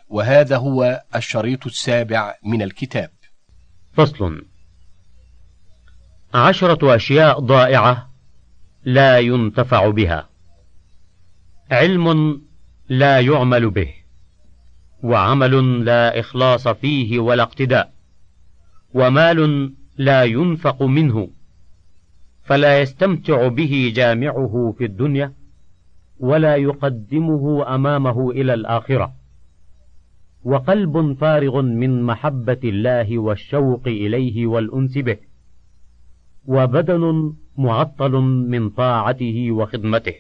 وهذا هو الشريط 7 من الكتاب. فصل: 10 أشياء ضائعة لا ينتفع بها. علم لا يعمل به، وعمل لا إخلاص فيه ولا اقتداء، ومال لا ينفق منه، فلا يستمتع به جامعه في الدنيا، ولا يقدمه أمامه إلى الآخرة، وقلب فارغ من محبة الله والشوق إليه والأنس به، وبدن معطل من طاعته وخدمته،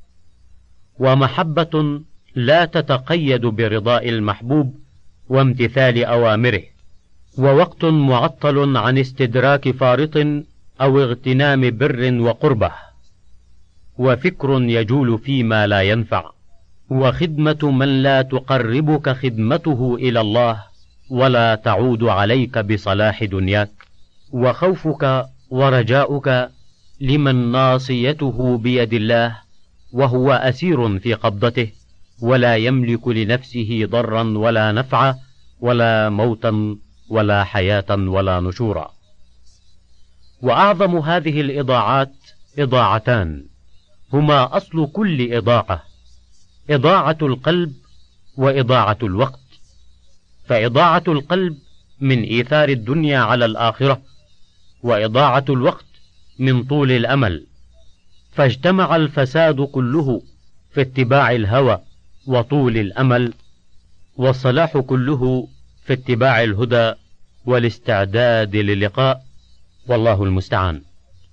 ومحبة لا تتقيد برضاء المحبوب وامتثال أوامره، ووقت معطل عن استدراك فارط أو اغتنام بر وقربة، وفكر يجول فيما لا ينفع، وخدمة من لا تقربك خدمته إلى الله ولا تعود عليك بصلاح دنياك، وخوفك ورجاؤك لمن ناصيته بيد الله وهو أسير في قبضته، ولا يملك لنفسه ضرا ولا نفعا ولا موتا ولا حياة ولا نشورا. وأعظم هذه الإضاعات إضاعتان هما أصل كل إضاعة: إضاعة القلب وإضاعة الوقت. فإضاعة القلب من إيثار الدنيا على الآخرة، وإضاعة الوقت من طول الأمل، فاجتمع الفساد كله في اتباع الهوى وطول الأمل، والصلاح كله في اتباع الهدى والاستعداد للقاء، والله المستعان.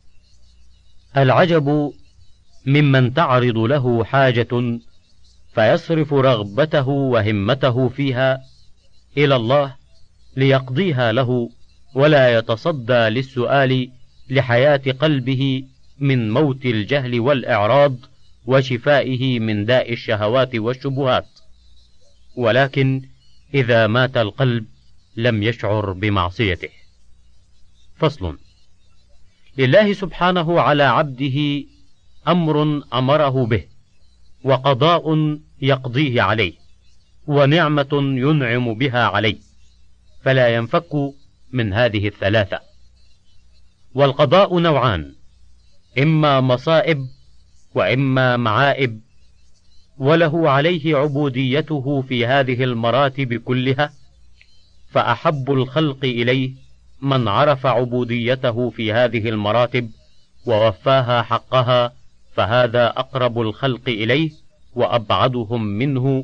العجب ممن تعرض له حاجة فيصرف رغبته وهمته فيها إلى الله ليقضيها له، ولا يتصدى للسؤال لحياة قلبه من موت الجهل والإعراض وشفائه من داء الشهوات والشبهات، ولكن إذا مات القلب لم يشعر بمعصيته. فصل: لله سبحانه على عبده أمر أمره به، وقضاء يقضيه عليه، ونعمة ينعم بها عليه، فلا ينفك من هذه الثلاثة. والقضاء نوعان: إما مصائب وإما معائب، وله عليه عبوديته في هذه المراتب كلها، فأحب الخلق إليه من عرف عبوديته في هذه المراتب ووفاها حقها، فهذا أقرب الخلق إليه وأبعدهم منه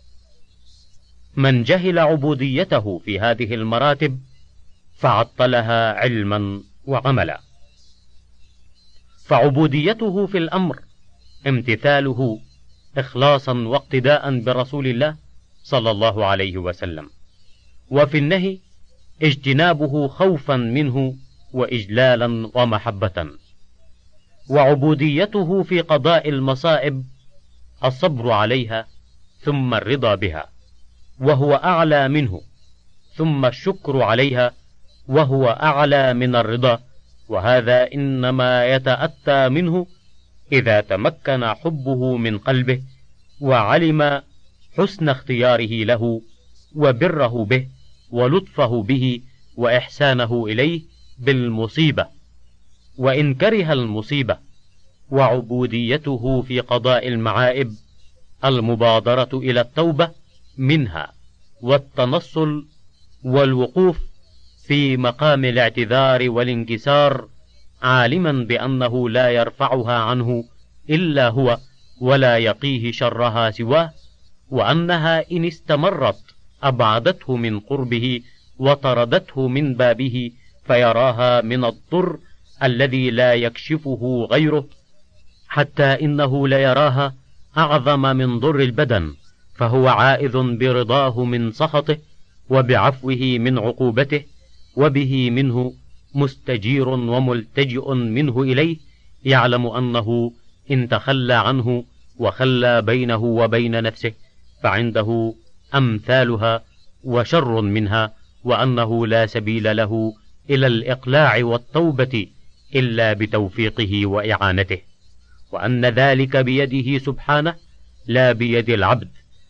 من جهل عبوديته في هذه المراتب فعطلها علما وعملا. فعبوديته في الأمر امتثاله إخلاصا واقتداء برسول الله صلى الله عليه وسلم، وفي النهي اجتنابه خوفا منه وإجلالا ومحبة. وعبوديته في قضاء المصائب الصبر عليها ثم الرضا بها، وهو أعلى منه، ثم الشكر عليها وهو أعلى من الرضا، وهذا إنما يتأتى منه إذا تمكن حبه من قلبه، وعلم حسن اختياره له وبره به ولطفه به وإحسانه إليه بالمصيبة، وإن كره المصيبة. وعبوديته في قضاء المعائب المبادرة إلى التوبة منها، والتنصل والوقوف في مقام الاعتذار والانكسار، عالما بأنه لا يرفعها عنه إلا هو، ولا يقيه شرها سواه، وأنها إن استمرت أبعدته من قربه وطردته من بابه، فيراها من الضر الذي لا يكشفه غيره، حتى إنه ليراها أعظم من ضر البدن، فهو عائذ برضاه من سخطه وبعفوه من عقوبته، وبه منه مستجير وملتجئ منه إليه، يعلم أنه إن تخلى عنه وخلى بينه وبين نفسه فعنده أمثالها وشر منها، وأنه لا سبيل له إلى الإقلاع والتوبة إلا بتوفيقه وإعانته، وأن ذلك بيده سبحانه لا بيد العبد،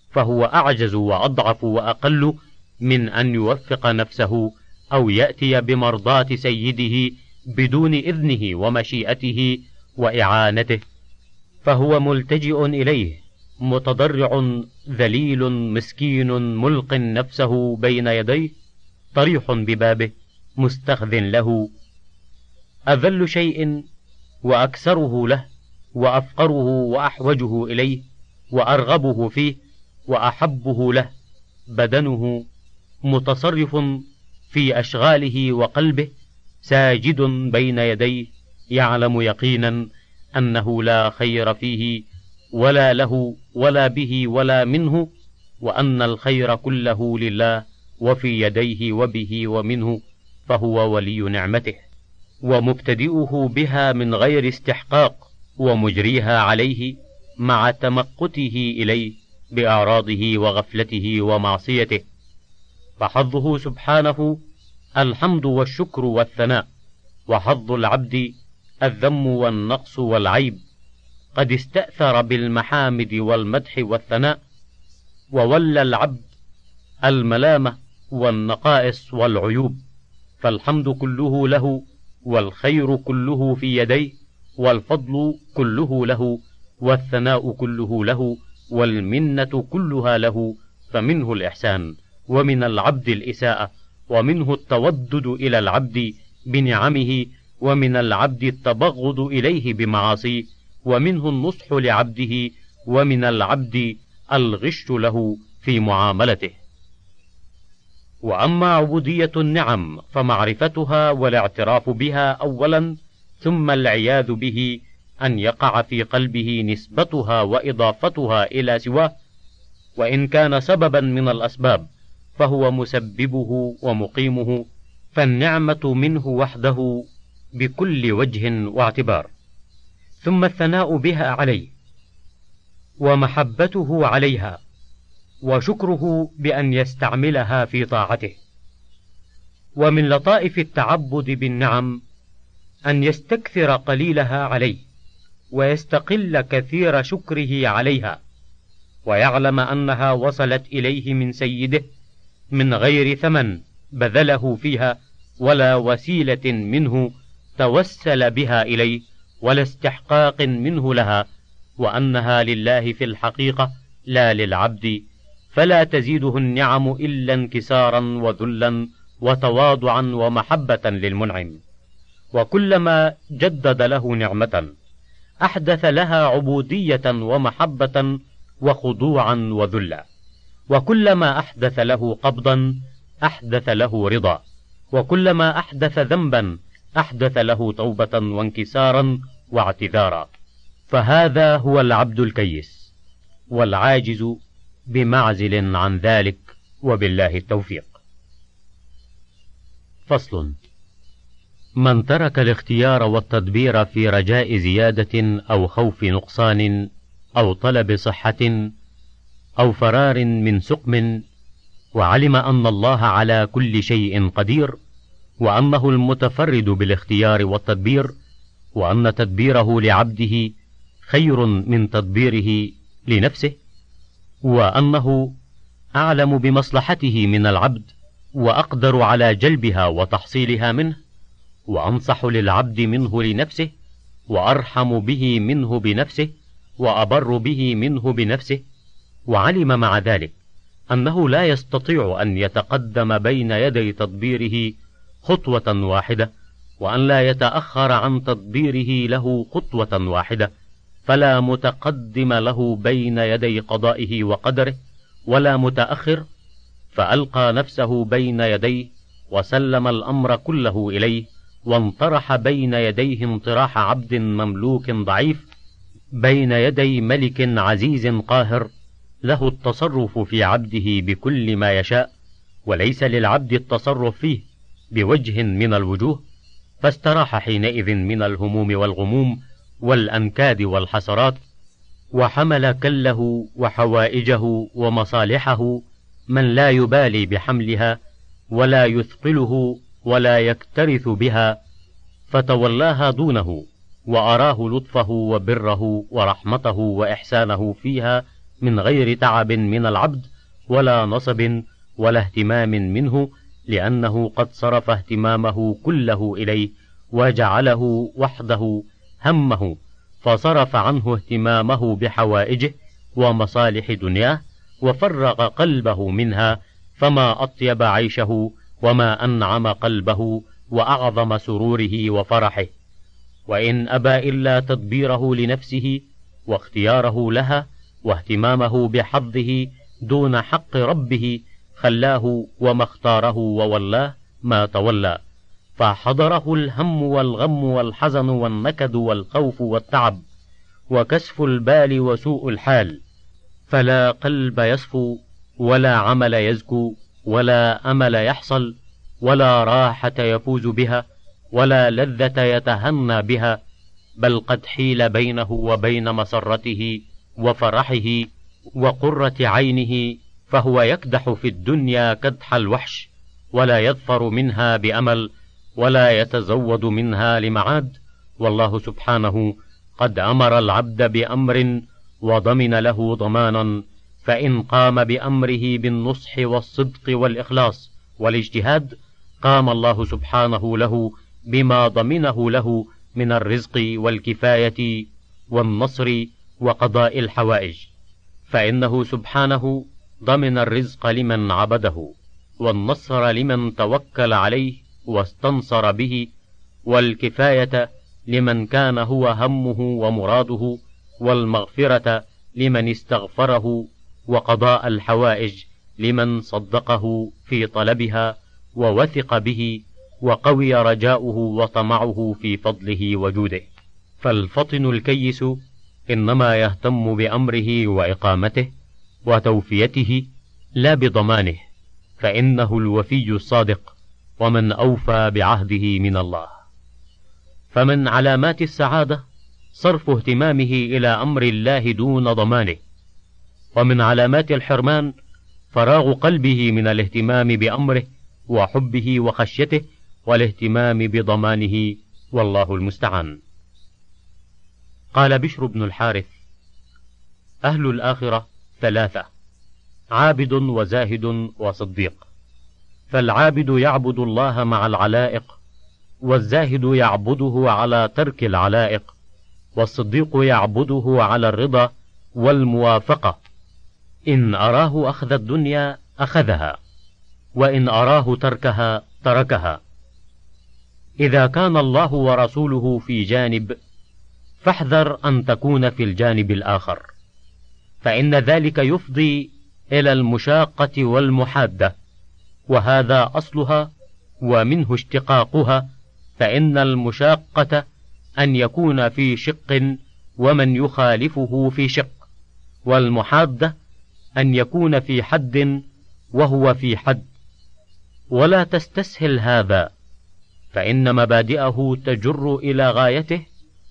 فهو أعجز وأضعف وأقل من أن يوفق نفسه أو يأتي بمرضاة سيده بدون إذنه ومشيئته وإعانته، فهو ملتجئ إليه متضرع ذليل مسكين ملق نفسه بين يديه طريح ببابه مستخذ له، أذل شيء وأكثره له وأفقره وأحوجه إليه وأرغبه فيه وأحبه له بدنه متصرف في أشغاله وقلبه ساجد بين يديه يعلم يقينا أنه لا خير فيه ولا له ولا به ولا منه، وأن الخير كله لله وفي يديه وبه ومنه، فهو ولي نعمته ومبتدئه بها من غير استحقاق ومجريها عليه مع تمقته إليه بأعراضه وغفلته ومعصيته، فحظه سبحانه الحمد والشكر والثناء، وحظ العبد الذم والنقص والعيب، قد استأثر بالمحامد والمدح والثناء، وولى العبد الملامة والنقائص والعيوب، فالحمد كله له والخير كله في يديه والفضل كله له والثناء كله له والمنة كلها له، فمنه الإحسان ومن العبد الإساءة، ومنه التودد إلى العبد بنعمه، ومن العبد التبغض إليه بمعاصيه، ومنه النصح لعبده، ومن العبد الغش له في معاملته. وأما عبودية النعم فمعرفتها والاعتراف بها أولا، ثم العياذ به أن يقع في قلبه نسبتها وإضافتها إلى سواه، وإن كان سببا من الأسباب فهو مسببه ومقيمه، فالنعمة منه وحده بكل وجه واعتبار، ثم الثناء بها عليه ومحبته عليها وشكره بأن يستعملها في طاعته. ومن لطائف التعبد بالنعم أن يستكثر قليلها عليه ويستقل كثير شكره عليها، ويعلم أنها وصلت إليه من سيده من غير ثمن بذله فيها ولا وسيلة منه توسل بها إليه ولا استحقاق منه لها، وأنها لله في الحقيقة لا للعبد، فلا تزيده النعم إلا انكسارا وذلا وتواضعا ومحبة للمنعم، وكلما جدد له نعمة أحدث لها عبودية ومحبة وخضوعا وذلا، وكلما أحدث له قبضا أحدث له رضا، وكلما أحدث ذنبا أحدث له توبة وانكسارا واعتذارا، فهذا هو العبد الكيس، والعاجز بمعزل عن ذلك، وبالله التوفيق. فصل: من ترك الاختيار والتدبير في رجاء زيادة أو خوف نقصان أو طلب صحة أو فرار من سقم، وعلم أن الله على كل شيء قدير، وأنه المتفرد بالاختيار والتدبير، وأن تدبيره لعبده خير من تدبيره لنفسه، وأنه أعلم بمصلحته من العبد وأقدر على جلبها وتحصيلها منه، وأنصح للعبد منه لنفسه، وأرحم به منه بنفسه، وأبر به منه بنفسه، وعلم مع ذلك أنه لا يستطيع أن يتقدم بين يدي تدبيره خطوة واحدة، وأن لا يتأخر عن تدبيره له خطوة واحدة، فلا متقدم له بين يدي قضائه وقدره ولا متأخر، فألقى نفسه بين يديه وسلم الأمر كله إليه، وانطرح بين يديه انطراح عبد مملوك ضعيف بين يدي ملك عزيز قاهر، له التصرف في عبده بكل ما يشاء، وليس للعبد التصرف فيه بوجه من الوجوه، فاستراح حينئذ من الهموم والغموم والأنكاد والحسرات، وحمل كله وحوائجه ومصالحه من لا يبالي بحملها ولا يثقله ولا يكترث بها، فتولاها دونه، وأراه لطفه وبره ورحمته وإحسانه فيها من غير تعب من العبد ولا نصب ولا اهتمام منه، لأنه قد صرف اهتمامه كله إليه وجعله وحده همه، فصرف عنه اهتمامه بحوائجه ومصالح دنياه وفرغ قلبه منها، فما أطيب عيشه وما أنعم قلبه وأعظم سروره وفرحه. وإن أبى إلا تدبيره لنفسه واختياره لها واهتمامه بحظه دون حق ربه، خلاه وما اختاره وولاه ما تولى، فحضره الهم والغم والحزن والنكد والخوف والتعب وكسف البال وسوء الحال، فلا قلب يصفو ولا عمل يزكو ولا أمل يحصل ولا راحة يفوز بها ولا لذة يتهنى بها، بل قد حيل بينه وبين مسرته وفرحه وقرة عينه، فهو يكدح في الدنيا كدح الوحش، ولا يظفر منها بأمل ولا يتزود منها لمعاد. والله سبحانه قد أمر العبد بأمر وضمن له ضمانا، فإن قام بأمره بالنصح والصدق والإخلاص والاجتهاد، قام الله سبحانه له بما ضمنه له من الرزق والكفاية والنصر وقضاء الحوائج، فإنه سبحانه ضمن الرزق لمن عبده، والنصر لمن توكل عليه واستنصر به، والكفاية لمن كان هو همه ومراده، والمغفرة لمن استغفره، وقضاء الحوائج لمن صدقه في طلبها ووثق به وقوي رجاؤه وطمعه في فضله وجوده. فالفطن الكيس إنما يهتم بأمره وإقامته وتوفيته لا بضمانه، فإنه الوفي الصادق ومن أوفى بعهده من الله. فمن علامات السعادة صرف اهتمامه إلى أمر الله دون ضمانه، ومن علامات الحرمان فراغ قلبه من الاهتمام بأمره وحبه وخشيته والاهتمام بضمانه، والله المستعان. قال بشر بن الحارث: أهل الآخرة ثلاثة: عابد وزاهد وصديق. فالعابد يعبد الله مع العلائق، والزاهد يعبده على ترك العلائق، والصديق يعبده على الرضا والموافقة. إن أراه أخذ الدنيا أخذها، وإن أراه تركها تركها. إذا كان الله ورسوله في جانب، فاحذر أن تكون في الجانب الآخر، فإن ذلك يفضي إلى المشاقة والمحادة، وهذا أصلها ومنه اشتقاقها. فإن المشاقة أن يكون في شق ومن يخالفه في شق، والمحادة أن يكون في حد وهو في حد. ولا تستسهل هذا، فإن مبادئه تجر إلى غايته،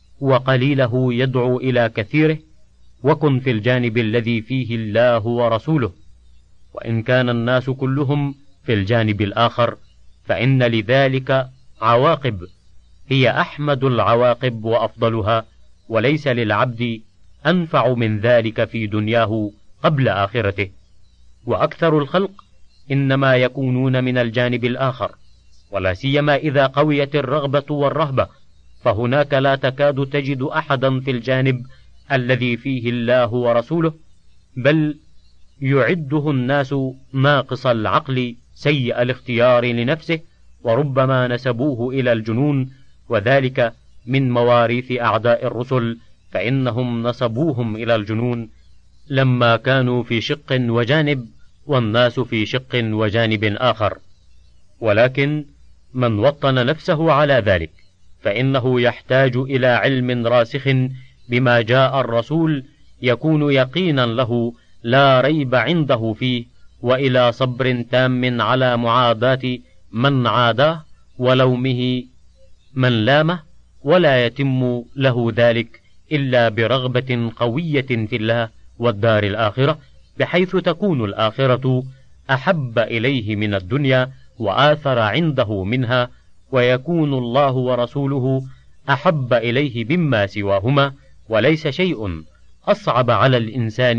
وقليله يدعو إلى كثيره. وكن في الجانب الذي فيه الله ورسوله، وإن كان الناس كلهم في الجانب الآخر، فإن لذلك عواقب هي أحمد العواقب وأفضلها، وليس للعبد أنفع من ذلك في دنياه قبل آخرته. وأكثر الخلق إنما يكونون من الجانب الآخر، ولا سيما إذا قويت الرغبة والرهبة، فهناك لا تكاد تجد أحدا في الجانب الذي فيه الله ورسوله، بل يعده الناس ناقص العقل سيء الاختيار لنفسه، وربما نسبوه إلى الجنون، وذلك من مواريث أعداء الرسل، فإنهم نسبوهم إلى الجنون لما كانوا في شق وجانب، والناس في شق وجانب آخر. ولكن من وطن نفسه على ذلك فإنه يحتاج إلى علم راسخ بما جاء الرسول يكون يقينا له لا ريب عنده فيه، وإلى صبر تام على معاداة من عاداه ولومه من لامه، ولا يتم له ذلك إلا برغبة قوية في الله والدار الآخرة، بحيث تكون الآخرة أحب إليه من الدنيا وآثر عنده منها، ويكون الله ورسوله أحب إليه مما سواهما. وليس شيء أصعب على الإنسان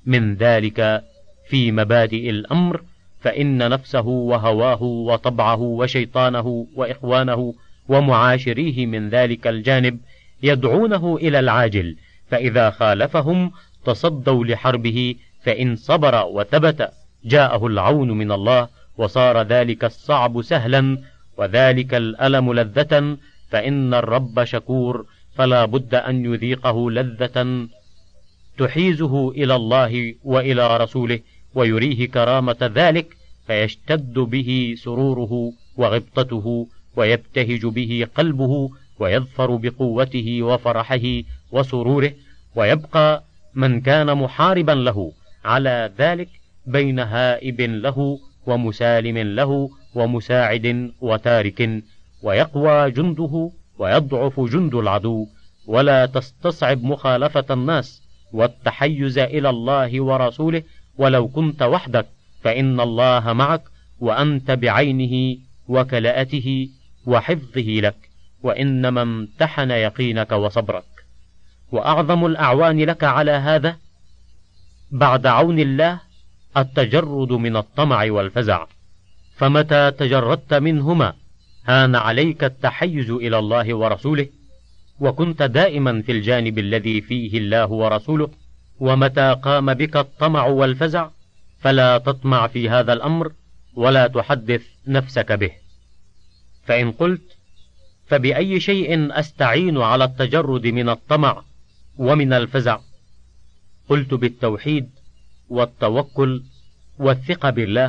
من ذلك في مبادئ الأمر، فإن نفسه وهواه وطبعه وشيطانه وإخوانه ومعاشريه من ذلك الجانب يدعونه إلى العاجل، فإذا خالفهم تصدوا لحربه، فإن صبر وثبت جاءه العون من الله، وصار ذلك الصعب سهلا وذلك الألم لذة، فإن الرب شكور، فلا بد أن يذيقه لذة تحيزه إلى الله وإلى رسوله، ويريه كرامة ذلك، فيشتد به سروره وغبطته، ويبتهج به قلبه، ويظفر بقوته وفرحه وسروره، ويبقى من كان محاربا له على ذلك بين هائب له ومسالم له ومساعد وتارك، ويقوى جنده ويضعف جند العدو، ولا تستصعب مخالفة الناس والتحيز إلى الله ورسوله ولو كنت وحدك، فإن الله معك، وأنت بعينه وكلاءته وحفظه لك، وإنما امتحن يقينك وصبرك. وأعظم الأعوان لك على هذا بعد عون الله التجرد من الطمع والفزع، فمتى تجردت منهما هان عليك التحيز إلى الله ورسوله، وكنت دائما في الجانب الذي فيه الله ورسوله، ومتى قام بك الطمع والفزع فلا تطمع في هذا الأمر ولا تحدث نفسك به. فإن قلت فبأي شيء أستعين على التجرد من الطمع ومن الفزع؟ قلت بالتوحيد والتوكل والثقة بالله،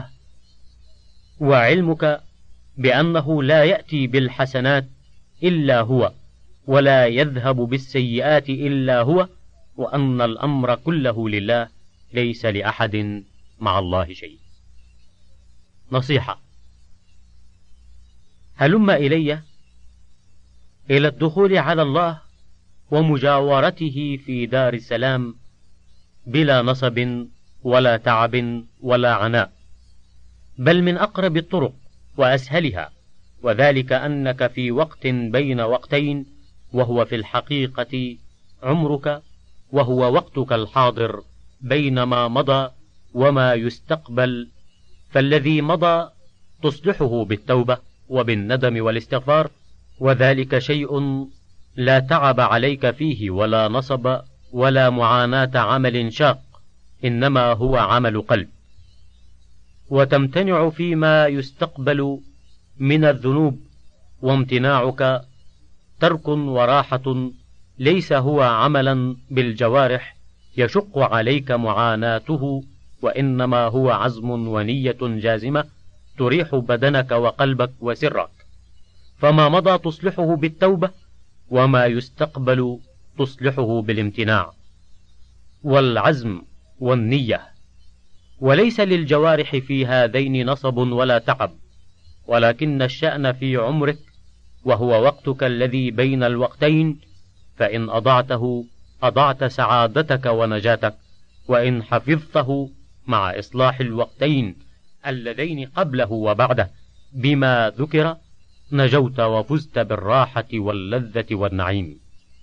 وعلمك بأنه لا يأتي بالحسنات إلا هو، ولا يذهب بالسيئات إلا هو، وأن الأمر كله لله، ليس لأحد مع الله شيء. نصيحة: هلم إلي إلى الدخول على الله ومجاورته في دار السلام بلا نصب ولا تعب ولا عناء، بل من أقرب الطرق وأسهلها، وذلك أنك في وقت بين وقتين، وهو في الحقيقة عمرك، وهو وقتك الحاضر بين ما مضى وما يستقبل، فالذي مضى تصلحه بالتوبة وبالندم والاستغفار، وذلك شيء لا تعب عليك فيه ولا نصب ولا معاناة عمل شاق، إنما هو عمل قلب. وتمتنع فيما يستقبل من الذنوب، وامتناعك ترك وراحة، ليس هو عملا بالجوارح يشق عليك معاناته، وإنما هو عزم ونية جازمة تريح بدنك وقلبك وسرك. فما مضى تصلحه بالتوبة، وما يستقبل تصلحه بالامتناع والعزم والنية، وليس للجوارح في هذين نصب ولا تعب، ولكن الشأن في عمرك، وهو وقتك الذي بين الوقتين، فإن أضعته أضعت سعادتك ونجاتك، وإن حفظته مع إصلاح الوقتين اللذين قبله وبعده بما ذكر نجوت وفزت بالراحة واللذة والنعيم.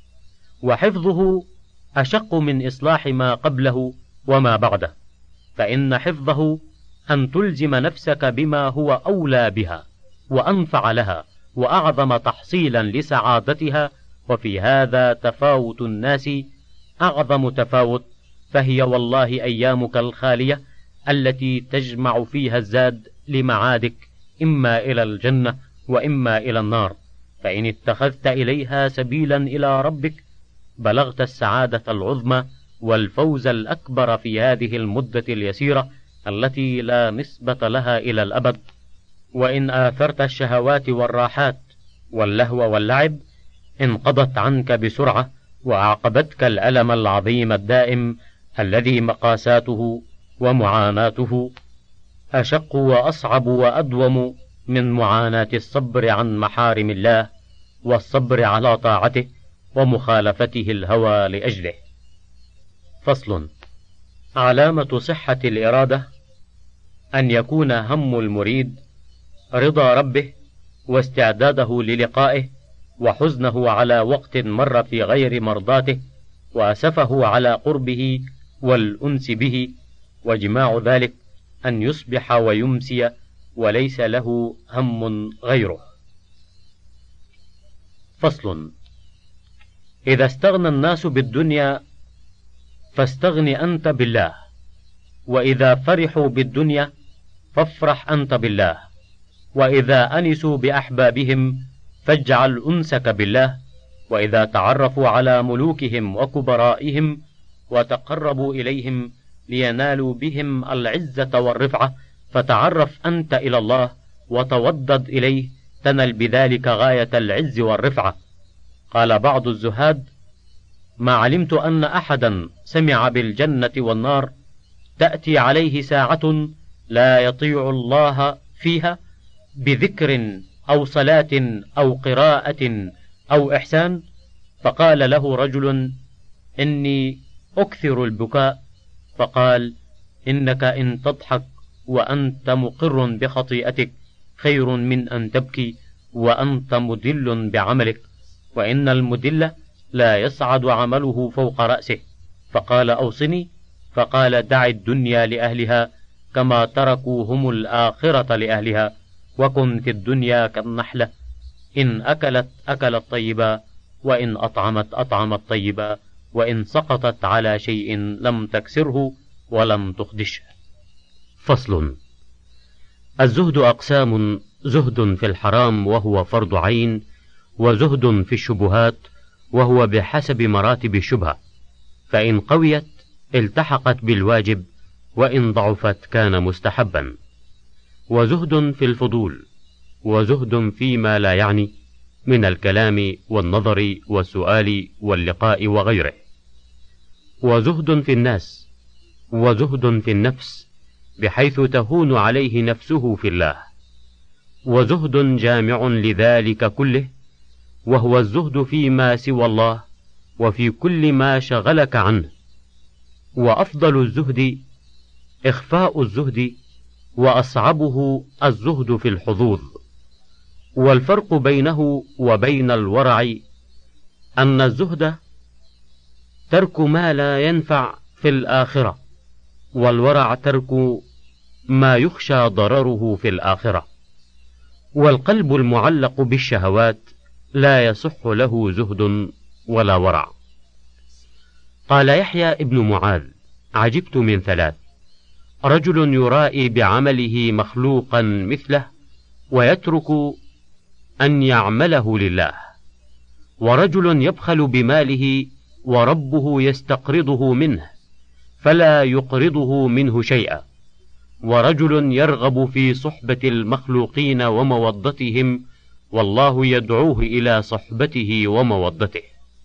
وحفظه أشق من إصلاح ما قبله وما بعده، فإن حفظه أن تلزم نفسك بما هو أولى بها وأنفع لها وأعظم تحصيلا لسعادتها، وفي هذا تفاوت الناس أعظم تفاوت، فهي والله أيامك الخالية التي تجمع فيها الزاد لمعادك، إما إلى الجنة وإما إلى النار، فإن اتخذت إليها سبيلا إلى ربك بلغت السعادة العظمى والفوز الأكبر في هذه المدة اليسيرة التي لا نسبة لها إلى الأبد. وإن آثرت الشهوات والراحات واللهو واللعب انقضت عنك بسرعة، وأعقبتك الألم العظيم الدائم الذي مقاساته ومعاناته أشق وأصعب وأدوم من معاناة الصبر عن محارم الله والصبر على طاعته ومخالفته الهوى لأجله. فصل: علامة صحة الإرادة أن يكون هم المريد رضا ربه واستعداده للقائه، وحزنه على وقت مر في غير مرضاته، وأسفه على قربه والأنس به، وجماع ذلك أن يصبح ويمسي وليس له هم غيره. فصل. إذا استغنى الناس بالدنيا فاستغن أنت بالله، وإذا فرحوا بالدنيا فافرح أنت بالله، وإذا أنسوا بأحبابهم فاجعل أنسك بالله، وإذا تعرفوا على ملوكهم وكبرائهم وتقربوا إليهم لينالوا بهم العزة والرفعة فتعرف أنت إلى الله وتودد إليه تنل بذلك غاية العز والرفعة. قال بعض الزهاد: ما علمت أن أحدا سمع بالجنة والنار تأتي عليه ساعة لا يطيع الله فيها بذكر أو صلاة أو قراءة أو إحسان، فقال له رجل: إني أكثر البكاء، فقال: إنك إن تضحك وأنت مقر بخطيئتك خير من أن تبكي وأنت مدل بعملك، وإن المدل لا يصعد عمله فوق رأسه. فقال: أوصني. فقال: دع الدنيا لأهلها كما تركوا هم الآخرة لأهلها، وكن في الدنيا كالنحلة، إن أكلت أكلت طيبا، وإن أطعمت أطعمت طيبا، وإن سقطت على شيء لم تكسره ولم تخدشه. فصل. الزهد أقسام: زهد في الحرام وهو فرض عين، وزهد في الشبهات وهو بحسب مراتب الشبهة، فإن قويت التحقت بالواجب، وإن ضعفت كان مستحبا. وزهد في الفضول، وزهد فيما لا يعني من الكلام والنظر والسؤال واللقاء وغيره. وزهد في الناس، وزهد في النفس بحيث تهون عليه نفسه في الله. وزهد جامع لذلك كله، وهو الزهد فيما سوى الله وفي كل ما شغلك عنه. وأفضل الزهد إخفاء الزهد، وأصعبه الزهد في الحظوظ. والفرق بينه وبين الورع أن الزهد ترك ما لا ينفع في الآخرة، والورع ترك ما يخشى ضرره في الآخرة. والقلب المعلق بالشهوات لا يصح له زهد ولا ورع. قال يحيى ابن معاذ: عجبت من ثلاث: رجل يرائي بعمله مخلوقا مثله ويترك أن يعمله لله، ورجل يبخل بماله وربه يستقرضه منه فلا يقرضه منه شيئا، ورجل يرغب في صحبة المخلوقين ومودتهم والله يدعوه إلى صحبته ومودته.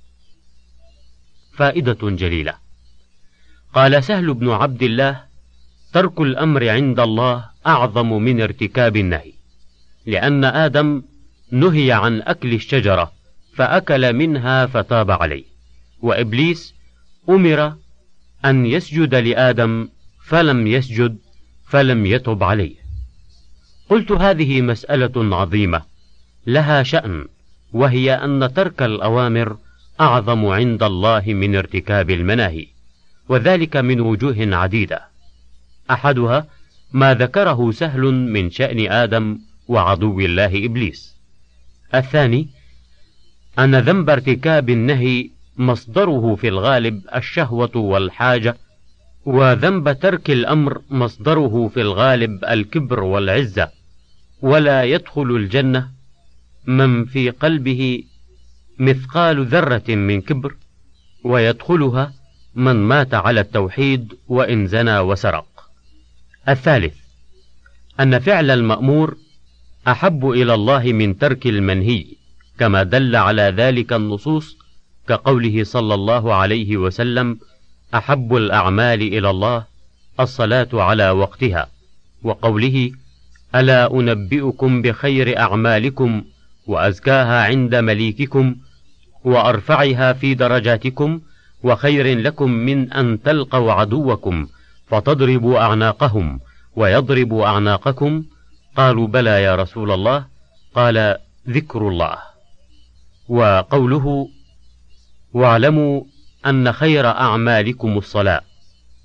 فائدة جليلة. قال سهل بن عبد الله: ترك الأمر عند الله أعظم من ارتكاب النهي، لأن آدم نهي عن أكل الشجرة فأكل منها فتاب عليه، وإبليس أمر أن يسجد لآدم فلم يسجد فلم يتب عليه. قلت: هذه مسألة عظيمة لها شأن، وهي أن ترك الأوامر أعظم عند الله من ارتكاب المناهي، وذلك من وجوه عديدة. أحدها ما ذكره سهل من شأن آدم وعدو الله إبليس. الثاني أن ذنب ارتكاب النهي مصدره في الغالب الشهوة والحاجة، وذنب ترك الأمر مصدره في الغالب الكبر والعزة، ولا يدخل الجنة من في قلبه مثقال ذرة من كبر، ويدخلها من مات على التوحيد وإن زنى وسرق. الثالث أن فعل المأمور أحب إلى الله من ترك المنهي، كما دل على ذلك النصوص، كقوله صلى الله عليه وسلم: أحب الأعمال إلى الله الصلاة على وقتها، وقوله: ألا أنبئكم بخير أعمالكم وأزكاها عند مليككم وأرفعها في درجاتكم وخير لكم من أن تلقوا عدوكم فتضربوا أعناقهم ويضربوا أعناقكم؟ قالوا: بلى يا رسول الله. قال: ذكر الله. وقوله: واعلموا أن خير أعمالكم الصلاة،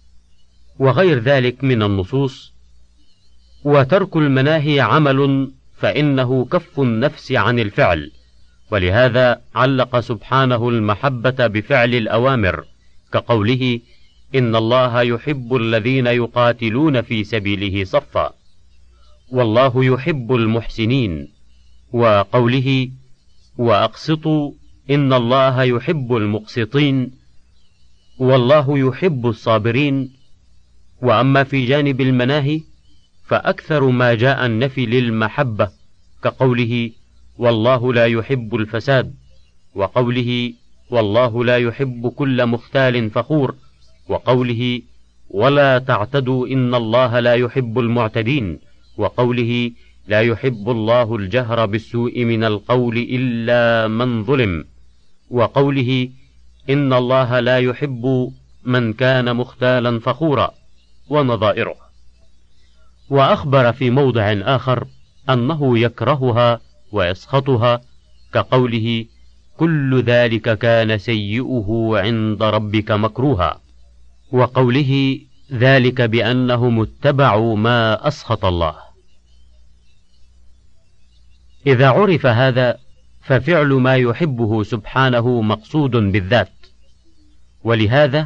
وغير ذلك من النصوص. وترك المناهي عمل، فإنه كف النفس عن الفعل، ولهذا علق سبحانه المحبة بفعل الأوامر، كقوله: إن الله يحب الذين يقاتلون في سبيله صفا، والله يحب المحسنين، وقوله: وأقسطوا إن الله يحب المقسطين، والله يحب الصابرين. وأما في جانب المناهي فأكثر ما جاء النفي للمحبة، كقوله: والله لا يحب الفساد، وقوله: والله لا يحب كل مختال فخور، وقوله: ولا تعتدوا إن الله لا يحب المعتدين، وقوله: لا يحب الله الجهر بالسوء من القول إلا من ظلم، وقوله: إن الله لا يحب من كان مختالا فخورا، ونظائره. وأخبر في موضع آخر أنه يكرهها ويسخطها، كقوله: كل ذلك كان سيئه عند ربك مكروها، وقوله: ذلك بأنهم اتبعوا ما أسخط الله. إذا عرف هذا ففعل ما يحبه سبحانه مقصود بالذات، ولهذا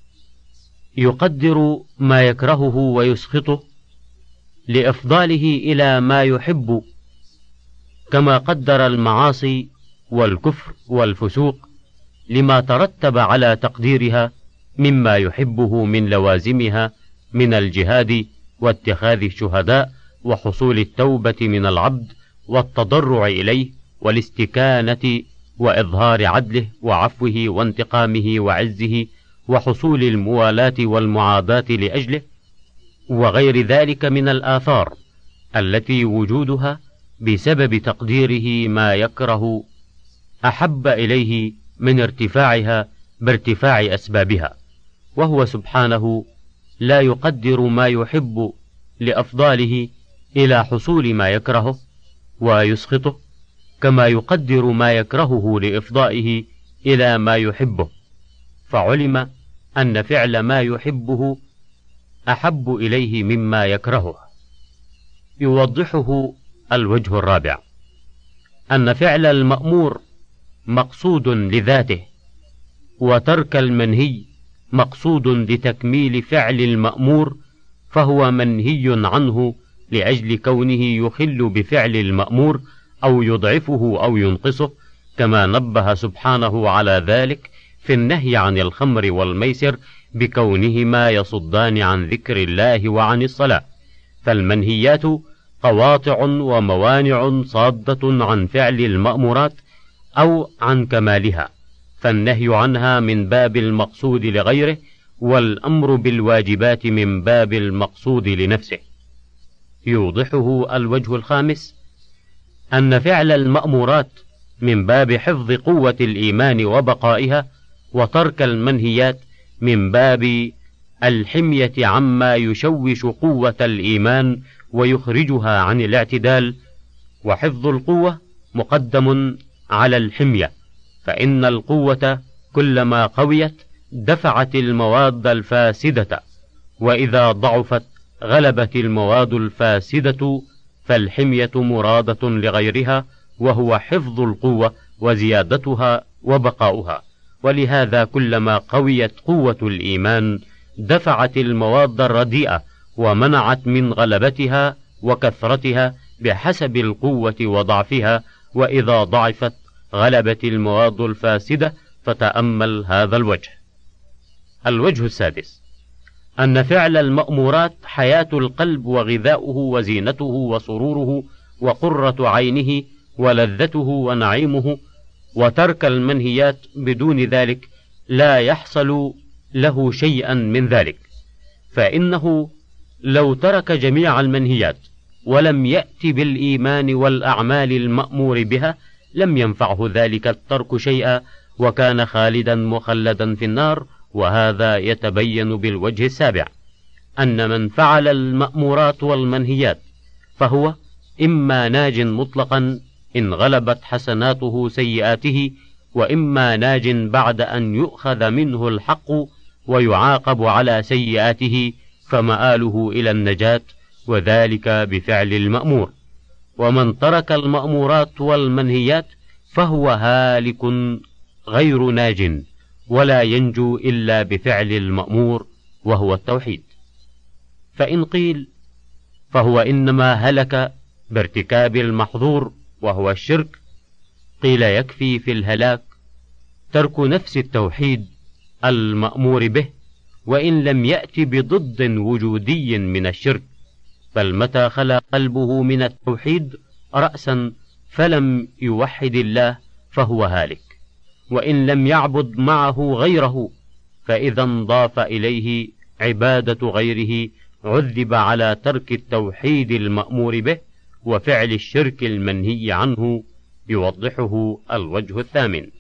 يقدر ما يكرهه ويسخطه لإفضاله إلى ما يحب، كما قدر المعاصي والكفر والفسوق لما ترتب على تقديرها مما يحبه من لوازمها من الجهاد واتخاذ الشهداء وحصول التوبة من العبد والتضرع إليه والاستكانة وإظهار عدله وعفوه وانتقامه وعزه وحصول الموالاة والمعاداة لأجله، وغير ذلك من الآثار التي وجودها بسبب تقديره ما يكره أحب إليه من ارتفاعها بارتفاع أسبابها، وهو سبحانه لا يقدر ما يحب لأفضاله إلى حصول ما يكرهه ويسخطه، كما يقدر ما يكرهه لإفضائه إلى ما يحبه، فعلم أن فعل ما يحبه أحب إليه مما يكرهه. يوضحه الوجه الرابع، أن فعل المأمور مقصود لذاته، وترك المنهي مقصود لتكميل فعل المأمور، فهو منهي عنه لأجل كونه يخل بفعل المأمور أو يضعفه أو ينقصه، كما نبه سبحانه على ذلك في النهي عن الخمر والميسر بكونهما يصدان عن ذكر الله وعن الصلاة. فالمنهيات قواطع وموانع صادة عن فعل المأمورات أو عن كمالها، فالنهي عنها من باب المقصود لغيره، والأمر بالواجبات من باب المقصود لنفسه. يوضحه الوجه الخامس، أن فعل المأمورات من باب حفظ قوة الإيمان وبقائها، وترك المنهيات من باب الحمية عما يشوش قوة الإيمان ويخرجها عن الاعتدال. وحفظ القوة مقدم على الحمية، فإن القوة كلما قويت دفعت المواد الفاسدة، وإذا ضعفت غلبت المواد الفاسدة، فالحمية مرادة لغيرها، وهو حفظ القوة وزيادتها وبقاؤها. ولهذا كلما قويت قوة الإيمان دفعت المواد الرديئة ومنعت من غلبتها وكثرتها بحسب القوة وضعفها، وإذا ضعفت غلبت المواد الفاسدة. فتأمل هذا الوجه. الوجه السادس، أن فعل المأمورات حياة القلب وغذاؤه وزينته وسروره وقرة عينه ولذته ونعيمه، وترك المنهيات بدون ذلك لا يحصل له شيئا من ذلك، فإنه لو ترك جميع المنهيات ولم يأتي بالإيمان والأعمال المأمور بها لم ينفعه ذلك الترك شيئا، وكان خالدا مخلدا في النار. وهذا يتبين بالوجه السابع، أن من فعل المأمورات والمنهيات فهو إما ناج مطلقا إن غلبت حسناته سيئاته، وإما ناج بعد أن يؤخذ منه الحق ويعاقب على سيئاته، فمآله إلى النجاة، وذلك بفعل المأمور. ومن ترك المأمورات والمنهيات فهو هالك غير ناج، ولا ينجو إلا بفعل المأمور وهو التوحيد. فإن قيل فهو إنما هلك بارتكاب المحظور وهو الشرك، قيل يكفي في الهلاك ترك نفس التوحيد المأمور به، وإن لم يأت بضد وجودي من الشرك، بل متى خلا قلبه من التوحيد رأسا فلم يوحد الله فهو هالك. وإن لم يعبد معه غيره، فإذا انضاف إليه عبادة غيره عذب على ترك التوحيد المأمور به وفعل الشرك المنهي عنه، يوضحه الوجه الثامن.